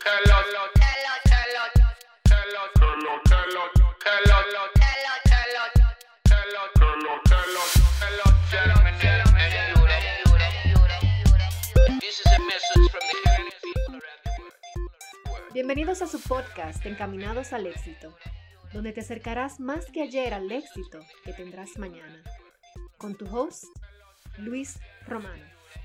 Bienvenidos a su podcast Encaminados al Éxito, donde te acercarás más que ayer al éxito que tendrás mañana. Con tu host, Luis Romano.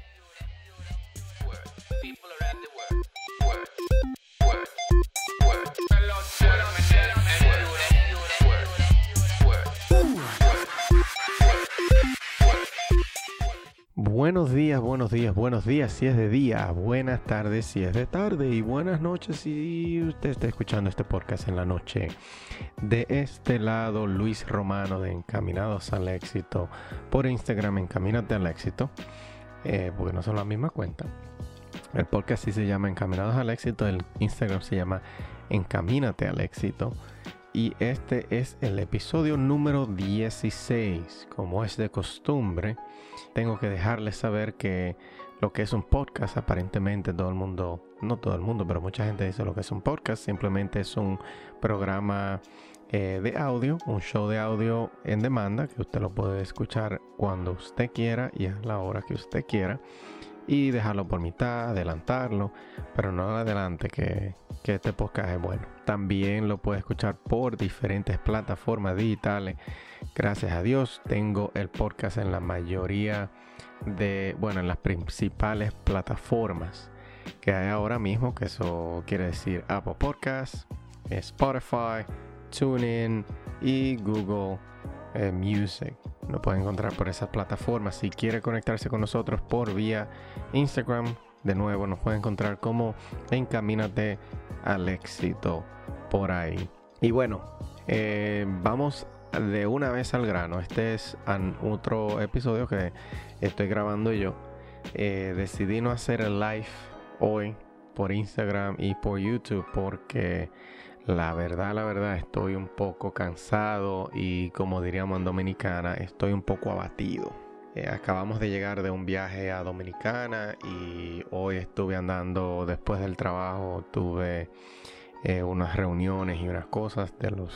Buenos días si es de día, buenas tardes si es de tarde y buenas noches si usted está escuchando este podcast en la noche. De este lado, Luis Romano de Encaminados al Éxito, por Instagram Encamínate al Éxito, porque no son la misma cuenta. El podcast sí se llama Encaminados al Éxito, el Instagram se llama Encamínate al Éxito. Y este es el episodio número 16. Como es de costumbre, tengo que dejarles saber que lo que es un podcast, aparentemente todo el mundo, no todo el mundo, pero mucha gente dice lo que es un podcast. Simplemente es un programa de audio, un show de audio en demanda que usted lo puede escuchar cuando usted quiera y a la hora que usted quiera. Y dejarlo por mitad, adelantarlo, pero no adelante que este podcast es bueno. También lo puede escuchar por diferentes plataformas digitales. Gracias a Dios tengo el podcast en la mayoría en las principales plataformas que hay ahora mismo, que eso quiere decir Apple Podcasts, Spotify, TuneIn y Google Music. Lo pueden encontrar por esas plataformas. Si quiere conectarse con nosotros por vía Instagram, de nuevo nos puede encontrar como Encamínate al Éxito por ahí. Y bueno, vamos de una vez al grano. Este es otro episodio que estoy grabando yo. Decidí no hacer el live hoy por Instagram y por YouTube porque la verdad, estoy un poco cansado y, como diríamos en Dominicana, estoy un poco abatido. Acabamos de llegar de un viaje a Dominicana y hoy estuve andando después del trabajo. Tuve unas reuniones y unas cosas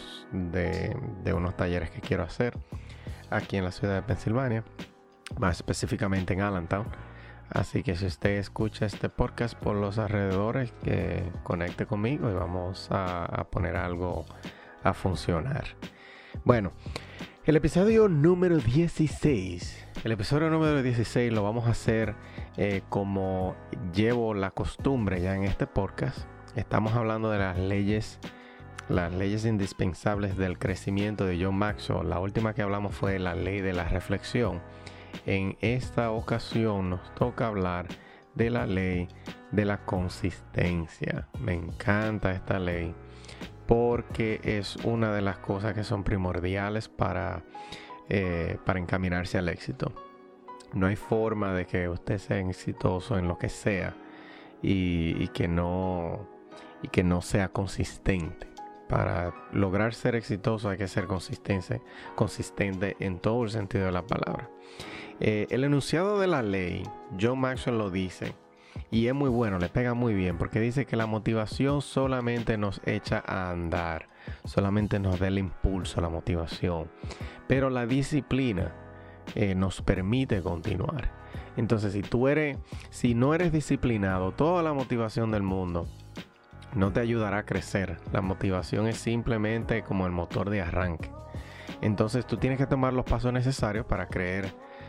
de unos talleres que quiero hacer aquí en la ciudad de Pensilvania, más específicamente en Allentown. Así que si usted escucha este podcast por los alrededores, que conecte conmigo y vamos a poner algo a funcionar. Bueno, el episodio número 16. El episodio número 16 lo vamos a hacer como llevo la costumbre ya en este podcast. Estamos hablando de las leyes indispensables del crecimiento de John Maxwell. La última que hablamos fue la ley de la reflexión. En esta ocasión nos toca hablar de la ley de la consistencia. Me encanta esta ley porque es una de las cosas que son primordiales para encaminarse al éxito. No hay forma de que usted sea exitoso en lo que sea y que no sea consistente. Para lograr ser exitoso hay que ser consistente en todo el sentido de la palabra. El enunciado de la ley, John Maxwell lo dice, y es muy bueno, le pega muy bien, porque dice que la motivación solamente nos echa a andar, solamente nos da el impulso, la motivación, pero la disciplina nos permite continuar. Entonces, si no eres disciplinado, toda la motivación del mundo no te ayudará a crecer. La motivación es simplemente como el motor de arranque. Entonces tú tienes que tomar los pasos necesarios para crecer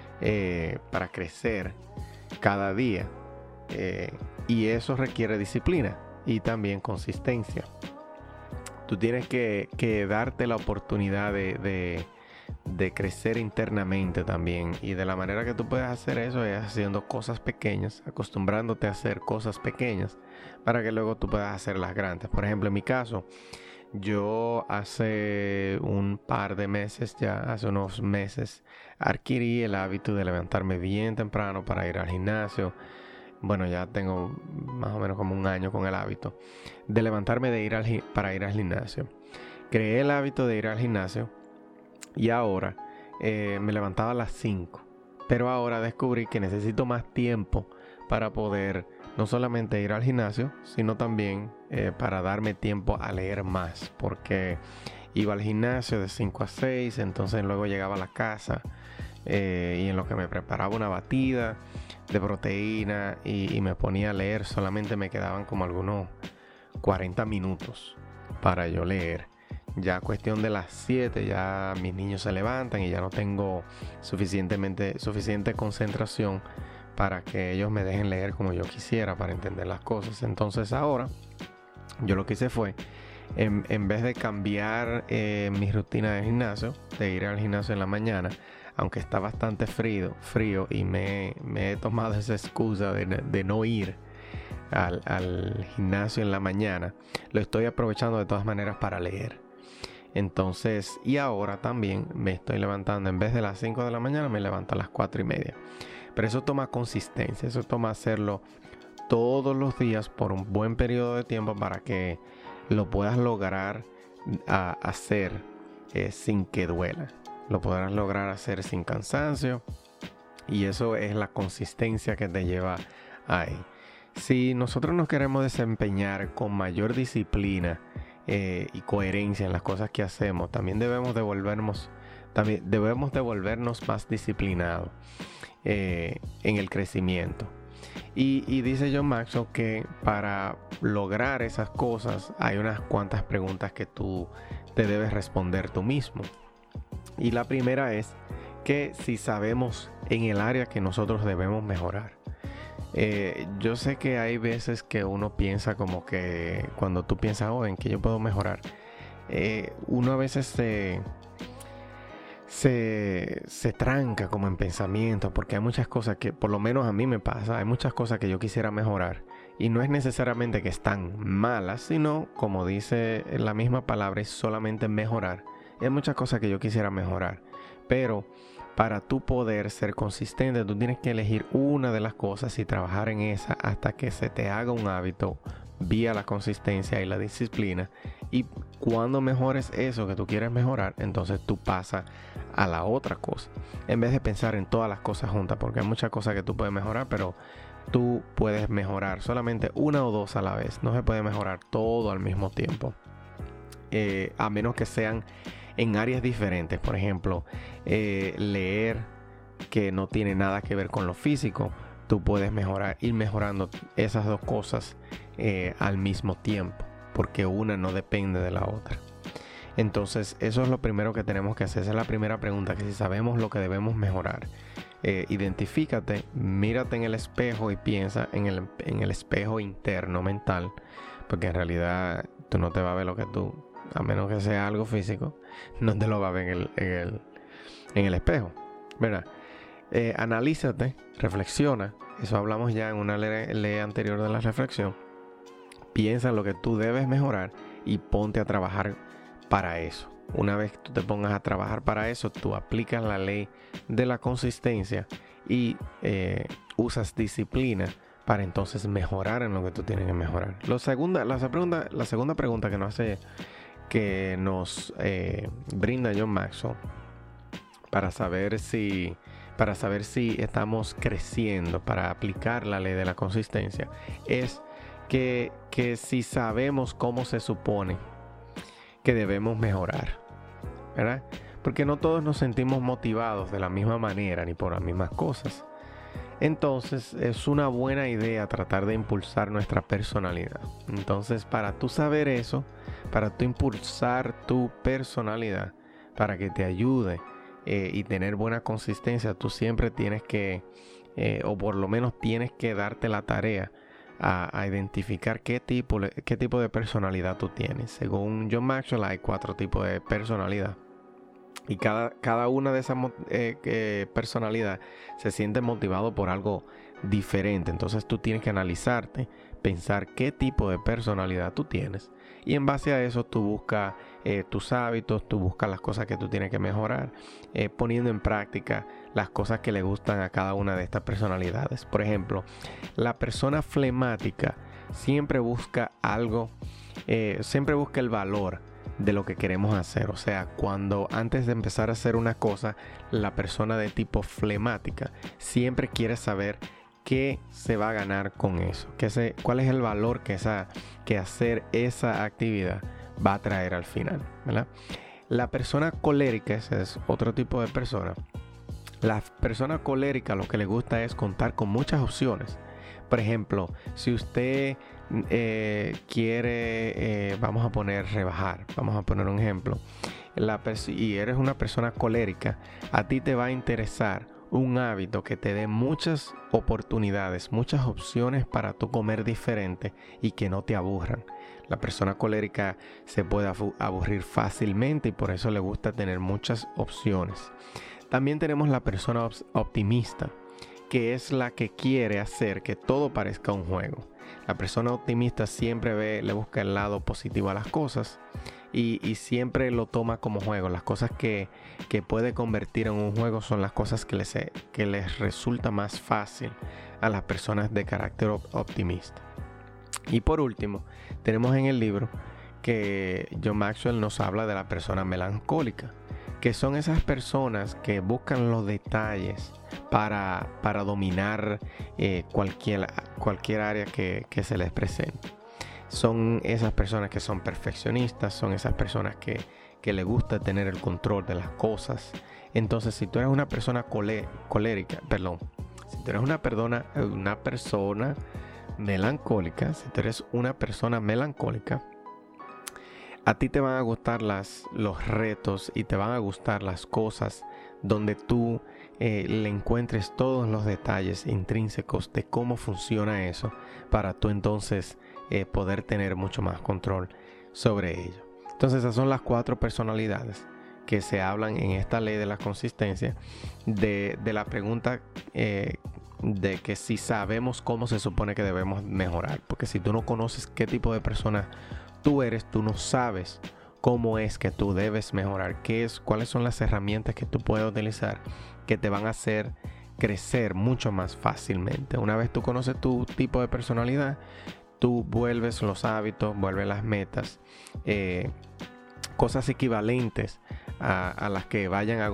cada día. Y eso requiere disciplina y también consistencia. Tú tienes que darte la oportunidad de crecer internamente también. Y de la manera que tú puedes hacer eso es haciendo cosas pequeñas, acostumbrándote a hacer cosas pequeñas para que luego tú puedas hacer las grandes. Por ejemplo, en mi caso, yo hace hace unos meses, adquirí el hábito de levantarme bien temprano para ir al gimnasio. Bueno, ya tengo más o menos como un año con el hábito de levantarme para ir al gimnasio. Creé el hábito de ir al gimnasio y ahora me levantaba a las 5. Pero ahora descubrí que necesito más tiempo para poder no solamente ir al gimnasio, sino también para darme tiempo a leer más, porque iba al gimnasio de 5 a 6, entonces luego llegaba a la casa y en lo que me preparaba una batida de proteína y me ponía a leer, solamente me quedaban como algunos 40 minutos para yo leer. Ya cuestión de las 7 ya mis niños se levantan y ya no tengo suficiente concentración para que ellos me dejen leer como yo quisiera para entender las cosas. Entonces ahora yo lo que hice fue, en vez de cambiar mi rutina de gimnasio, de ir al gimnasio en la mañana, aunque está bastante frío y me he tomado esa excusa de no ir al gimnasio en la mañana, lo estoy aprovechando de todas maneras para leer. Entonces, y ahora también me estoy levantando, en vez de las 5 de la mañana, me levanto a las 4:30. Pero eso toma consistencia, eso toma hacerlo todos los días por un buen periodo de tiempo para que lo puedas lograr hacer sin que duela. Lo podrás lograr hacer sin cansancio, y eso es la consistencia que te lleva ahí. Si nosotros nos queremos desempeñar con mayor disciplina y coherencia en las cosas que hacemos, también debemos devolvernos más disciplinados en el crecimiento. Y dice John Maxwell que para lograr esas cosas hay unas cuantas preguntas que tú te debes responder tú mismo. Y la primera es que si sabemos en el área que nosotros debemos mejorar. Yo sé que hay veces que uno piensa como que cuando tú piensas, en que yo puedo mejorar, uno a veces se tranca como en pensamiento, porque hay muchas cosas que, por lo menos a mí me pasa, hay muchas cosas que yo quisiera mejorar, y no es necesariamente que están malas, sino, como dice la misma palabra, es solamente mejorar. Hay muchas cosas que yo quisiera mejorar, pero para tú poder ser consistente, tú tienes que elegir una de las cosas y trabajar en esa hasta que se te haga un hábito vía la consistencia y la disciplina. Y cuando mejores eso que tú quieres mejorar, entonces tú pasas a la otra cosa, en vez de pensar en todas las cosas juntas, porque hay muchas cosas que tú puedes mejorar, pero tú puedes mejorar solamente una o dos a la vez. No se puede mejorar todo al mismo tiempo, a menos que sean en áreas diferentes. Por ejemplo, leer, que no tiene nada que ver con lo físico, tú puedes ir mejorando esas dos cosas al mismo tiempo, porque una no depende de la otra. Entonces eso es lo primero que tenemos que hacer. Esa es la primera pregunta, que si sabemos lo que debemos mejorar, identifícate, mírate en el espejo y piensa en el espejo interno mental, porque en realidad tú no te vas a ver lo que tú, a menos que sea algo físico, no te lo vas a ver en el espejo, ¿verdad? Analízate, reflexiona. Eso hablamos ya en una ley anterior de la reflexión. Piensa en lo que tú debes mejorar y ponte a trabajar para eso. Una vez que tú te pongas a trabajar para eso, tú aplicas la ley de la consistencia y usas disciplina para entonces mejorar en lo que tú tienes que mejorar. La segunda pregunta que nos brinda John Maxwell para saber si estamos creciendo, para aplicar la ley de la consistencia, es que si sabemos cómo se supone que debemos mejorar, ¿verdad? Porque no todos nos sentimos motivados de la misma manera ni por las mismas cosas. Entonces es una buena idea tratar de impulsar nuestra personalidad. Entonces, para tú saber eso, para tú impulsar tu personalidad, para que te ayude y tener buena consistencia, tú siempre tienes que, o por lo menos tienes que darte la tarea a identificar qué tipo de personalidad tú tienes. Según John Maxwell, hay 4 tipos de personalidad. Y cada una de esas personalidades se siente motivado por algo diferente. Entonces tú tienes que analizarte, pensar qué tipo de personalidad tú tienes. Y en base a eso tú buscas tus hábitos, tú buscas las cosas que tú tienes que mejorar, poniendo en práctica las cosas que le gustan a cada una de estas personalidades. Por ejemplo, la persona flemática siempre busca algo, siempre busca el valor de lo que queremos hacer. O sea, antes de empezar a hacer una cosa, la persona de tipo flemática siempre quiere saber qué se va a ganar con eso, cuál es el valor que hacer esa actividad va a traer al final, ¿verdad? La persona colérica, ese es otro tipo de persona. La persona colérica lo que le gusta es contar con muchas opciones. Por ejemplo, si usted quiere, vamos a poner rebajar, vamos a poner un ejemplo, y eres una persona colérica, a ti te va a interesar un hábito que te dé muchas oportunidades, muchas opciones para tú comer diferente y que no te aburran. La persona colérica se puede aburrir fácilmente y por eso le gusta tener muchas opciones. También tenemos la persona optimista, que es la que quiere hacer que todo parezca un juego. La persona optimista siempre le busca el lado positivo a las cosas y siempre lo toma como juego. Las cosas que puede convertir en un juego son las cosas que les resulta más fácil a las personas de carácter optimista. Y por último, tenemos en el libro que John Maxwell nos habla de la persona melancólica, que son esas personas que buscan los detalles para dominar cualquier área que se les presente. Son esas personas que son perfeccionistas, son esas personas que les gusta tener el control de las cosas. Entonces, si tú eres una persona colérica, si tú eres una persona melancólica, si tú eres una persona melancólica, a ti te van a gustar los retos y te van a gustar las cosas donde tú le encuentres todos los detalles intrínsecos de cómo funciona eso para tú entonces poder tener mucho más control sobre ello. Entonces esas son las 4 personalidades que se hablan en esta ley de la consistencia de la pregunta de que si sabemos cómo se supone que debemos mejorar, porque si tú no conoces qué tipo de persona tú eres, tú no sabes cómo es que tú debes mejorar, cuáles son las herramientas que tú puedes utilizar que te van a hacer crecer mucho más fácilmente. Una vez tú conoces tu tipo de personalidad, tú vuelves los hábitos, vuelves las metas, cosas equivalentes a las que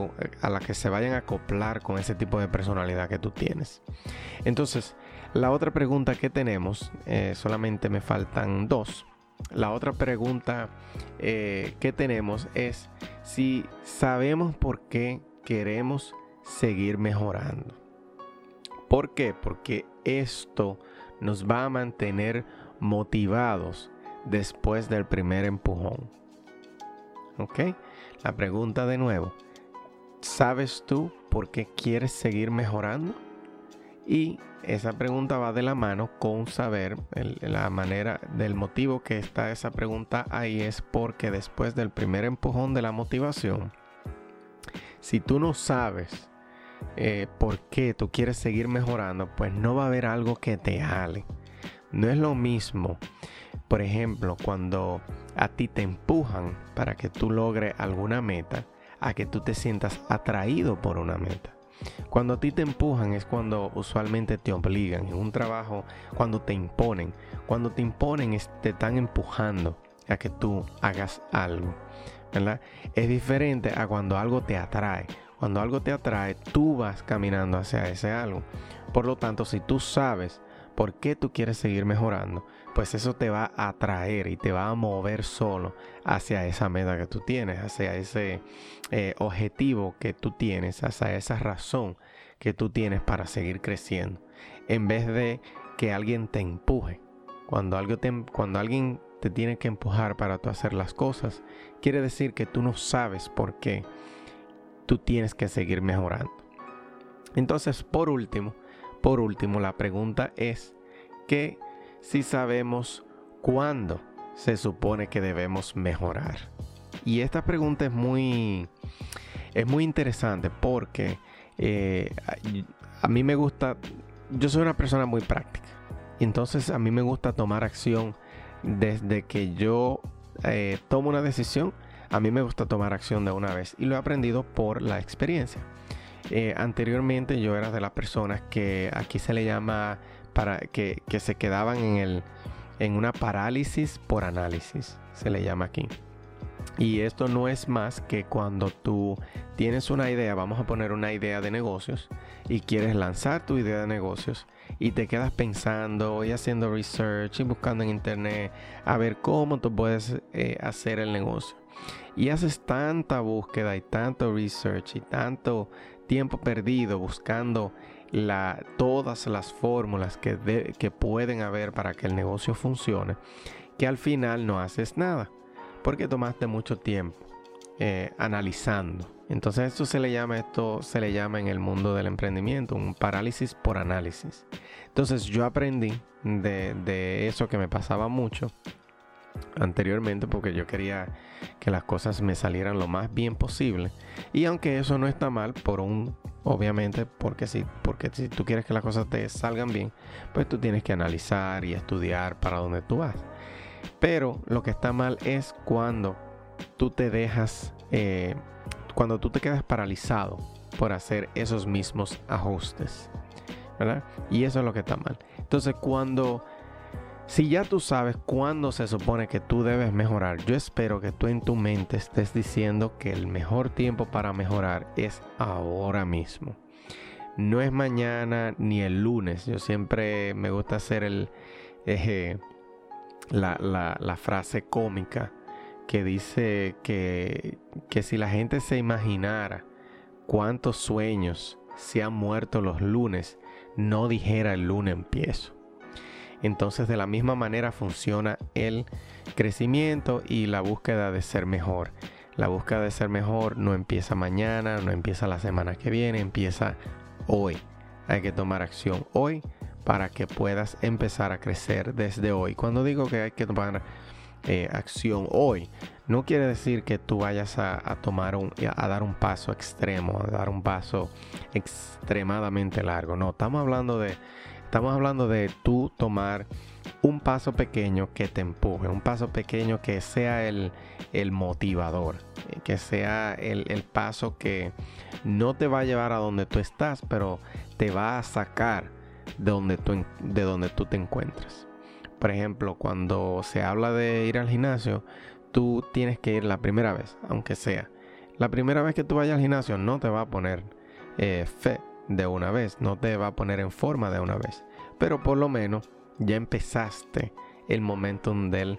se vayan a acoplar con ese tipo de personalidad que tú tienes. Entonces, la otra pregunta que tenemos, solamente me faltan 2. La otra pregunta que tenemos es si sabemos por qué queremos seguir mejorando. ¿Por qué? Porque esto nos va a mantener motivados después del primer empujón. ¿Ok? La pregunta de nuevo. ¿Sabes tú por qué quieres seguir mejorando? Y esa pregunta va de la mano con saber la manera del motivo que está esa pregunta ahí, es porque después del primer empujón de la motivación, si tú no sabes por qué tú quieres seguir mejorando, pues no va a haber algo que te jale. No es lo mismo, por ejemplo, cuando a ti te empujan para que tú logres alguna meta, a que tú te sientas atraído por una meta. Cuando a ti te empujan es cuando usualmente te obligan. En un trabajo, cuando te imponen. Cuando te imponen te están empujando a que tú hagas algo, ¿verdad? Es diferente a cuando algo te atrae. Cuando algo te atrae, tú vas caminando hacia ese algo. Por lo tanto, si tú sabes por qué tú quieres seguir mejorando, pues eso te va a atraer y te va a mover solo hacia esa meta que tú tienes, hacia ese objetivo que tú tienes, hacia esa razón que tú tienes para seguir creciendo, en vez de que alguien te empuje. Cuando alguien te tiene que empujar para tú hacer las cosas, quiere decir que tú no sabes por qué tú tienes que seguir mejorando. Entonces, por último, la pregunta es que si sabemos cuándo se supone que debemos mejorar. Y esta pregunta es muy interesante porque a mí me gusta, yo soy una persona muy práctica. Entonces a mí me gusta tomar acción desde que yo tomo una decisión. A mí me gusta tomar acción de una vez y lo he aprendido por la experiencia. Anteriormente yo era de las personas que aquí se le llama que se quedaban en una parálisis por análisis, se le llama aquí. Y esto no es más que cuando tú tienes una idea, vamos a poner una idea de negocios y quieres lanzar tu idea de negocios y te quedas pensando y haciendo research y buscando en internet a ver cómo tú puedes hacer el negocio. Y haces tanta búsqueda y tanto research y tanto tiempo perdido buscando todas las fórmulas que pueden haber para que el negocio funcione, que al final no haces nada porque tomaste mucho tiempo analizando. Entonces esto se le llama en el mundo del emprendimiento un parálisis por análisis. Entonces yo aprendí de eso que me pasaba mucho anteriormente, porque yo quería que las cosas me salieran lo más bien posible, y aunque eso no está mal obviamente, porque si tú quieres que las cosas te salgan bien, pues tú tienes que analizar y estudiar para dónde tú vas. Pero lo que está mal es cuando tú te dejas cuando tú te quedas paralizado por hacer esos mismos ajustes, ¿verdad? Y eso es lo que está mal. Entonces si ya tú sabes cuándo se supone que tú debes mejorar, yo espero que tú en tu mente estés diciendo que el mejor tiempo para mejorar es ahora mismo. No es mañana ni el lunes. Yo siempre me gusta hacer la frase cómica que dice que si la gente se imaginara cuántos sueños se han muerto los lunes, no dijera el lunes empiezo. Entonces de la misma manera funciona el crecimiento y la búsqueda de ser mejor. La búsqueda de ser mejor no empieza mañana, no empieza la semana que viene, empieza hoy. Hay que tomar acción hoy para que puedas empezar a crecer desde hoy. Cuando digo que hay que tomar acción hoy, no quiere decir que tú vayas a dar un paso extremo, a dar un paso extremadamente largo. No, estamos hablando de tú tomar un paso pequeño que te empuje, un paso pequeño que sea el motivador, que sea el paso que no te va a llevar a donde tú estás, pero te va a sacar de donde tú te encuentras. Por ejemplo, cuando se habla de ir al gimnasio, tú tienes que ir la primera vez, aunque sea. La primera vez que tú vayas al gimnasio no te va a poner fe de una vez, no te va a poner en forma de una vez, pero por lo menos ya empezaste el momentum del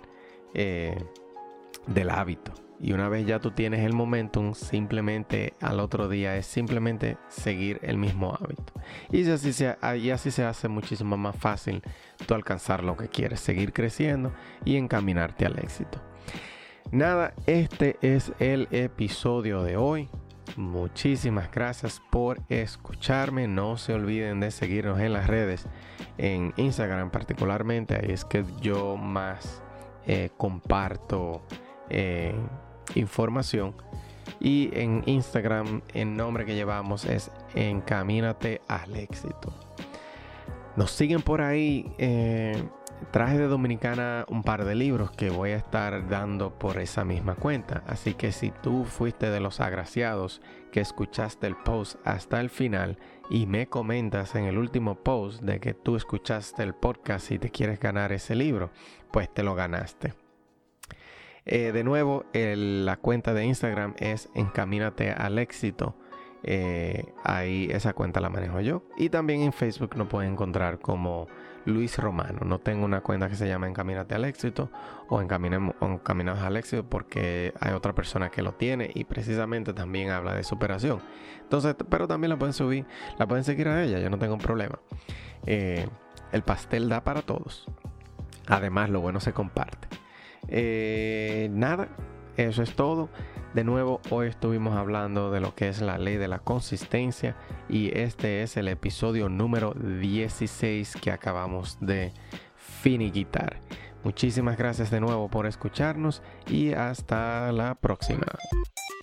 hábito. Y una vez ya tú tienes el momentum, simplemente al otro día es simplemente seguir el mismo hábito. Y así se hace muchísimo más fácil tú alcanzar lo que quieres, seguir creciendo y encaminarte al éxito. Nada, este es el episodio de hoy. Muchísimas gracias por escucharme. No se olviden de seguirnos en las redes, en Instagram particularmente. Ahí es que yo más comparto información. Y en Instagram el nombre que llevamos es Encamínate al Éxito. Nos siguen por ahí. Traje de Dominicana un par de libros que voy a estar dando por esa misma cuenta. Así que si tú fuiste de los agraciados que escuchaste el post hasta el final y me comentas en el último post de que tú escuchaste el podcast y te quieres ganar ese libro, pues te lo ganaste. De nuevo, la cuenta de Instagram es Encamínate al Éxito. Ahí esa cuenta la manejo yo. Y también en Facebook nos pueden encontrar como Luis Romano. No tengo una cuenta que se llama Encamínate al Éxito o Encaminados al Éxito, porque hay otra persona que lo tiene y precisamente también habla de superación. Entonces, pero también la pueden seguir a ella, yo no tengo problema. El pastel da para todos. Además, lo bueno se comparte. Nada, eso es todo. De nuevo, hoy estuvimos hablando de lo que es la ley de la consistencia y este es el episodio número 16 que acabamos de finiquitar. Muchísimas gracias de nuevo por escucharnos y hasta la próxima.